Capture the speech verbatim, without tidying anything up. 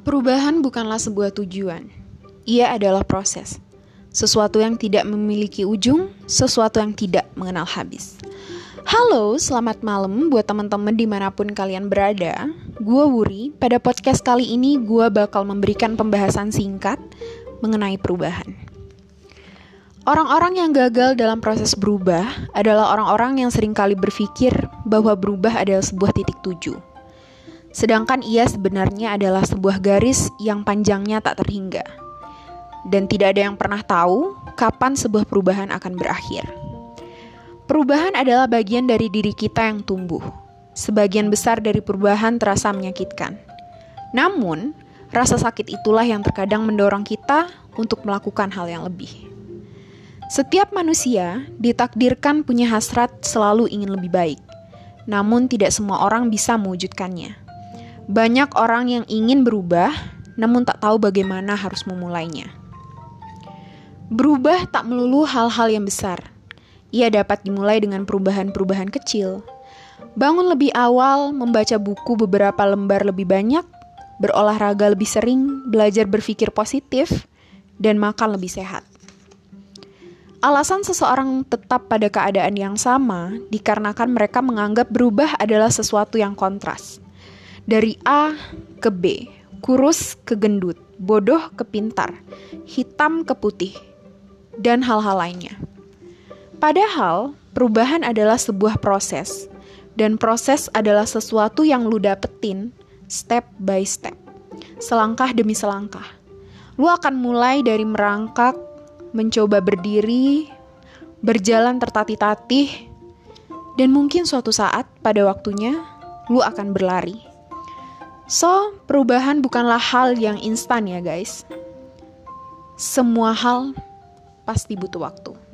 Perubahan bukanlah sebuah tujuan. Ia adalah proses. Sesuatu yang tidak memiliki ujung, sesuatu yang tidak mengenal habis. Halo, selamat malam buat teman-teman dimanapun kalian berada. Gua Wuri, pada podcast kali ini gua bakal memberikan pembahasan singkat mengenai perubahan. Orang-orang yang gagal dalam proses berubah adalah orang-orang yang seringkali berpikir bahwa berubah adalah sebuah titik tuju. Sedangkan ia sebenarnya adalah sebuah garis yang panjangnya tak terhingga. Dan tidak ada yang pernah tahu kapan sebuah perubahan akan berakhir. Perubahan adalah bagian dari diri kita yang tumbuh. Sebagian besar dari perubahan terasa menyakitkan. Namun, rasa sakit itulah yang terkadang mendorong kita untuk melakukan hal yang lebih. Setiap manusia ditakdirkan punya hasrat selalu ingin lebih baik. Namun tidak semua orang bisa mewujudkannya. Banyak orang yang ingin berubah, namun tak tahu bagaimana harus memulainya. Berubah tak melulu hal-hal yang besar. Ia dapat dimulai dengan perubahan-perubahan kecil. Bangun lebih awal, membaca buku beberapa lembar lebih banyak, berolahraga lebih sering, belajar berpikir positif, dan makan lebih sehat. Alasan seseorang tetap pada keadaan yang sama dikarenakan mereka menganggap berubah adalah sesuatu yang kontras. Dari A ke B, kurus ke gendut, bodoh ke pintar, hitam ke putih, dan hal-hal lainnya. Padahal, perubahan adalah sebuah proses, dan proses adalah sesuatu yang lu dapetin step by step, selangkah demi selangkah. Lu akan mulai dari merangkak, mencoba berdiri, berjalan tertatih-tatih, dan mungkin suatu saat pada waktunya, lu akan berlari. So, perubahan bukanlah hal yang instan ya guys. Semua hal pasti butuh waktu.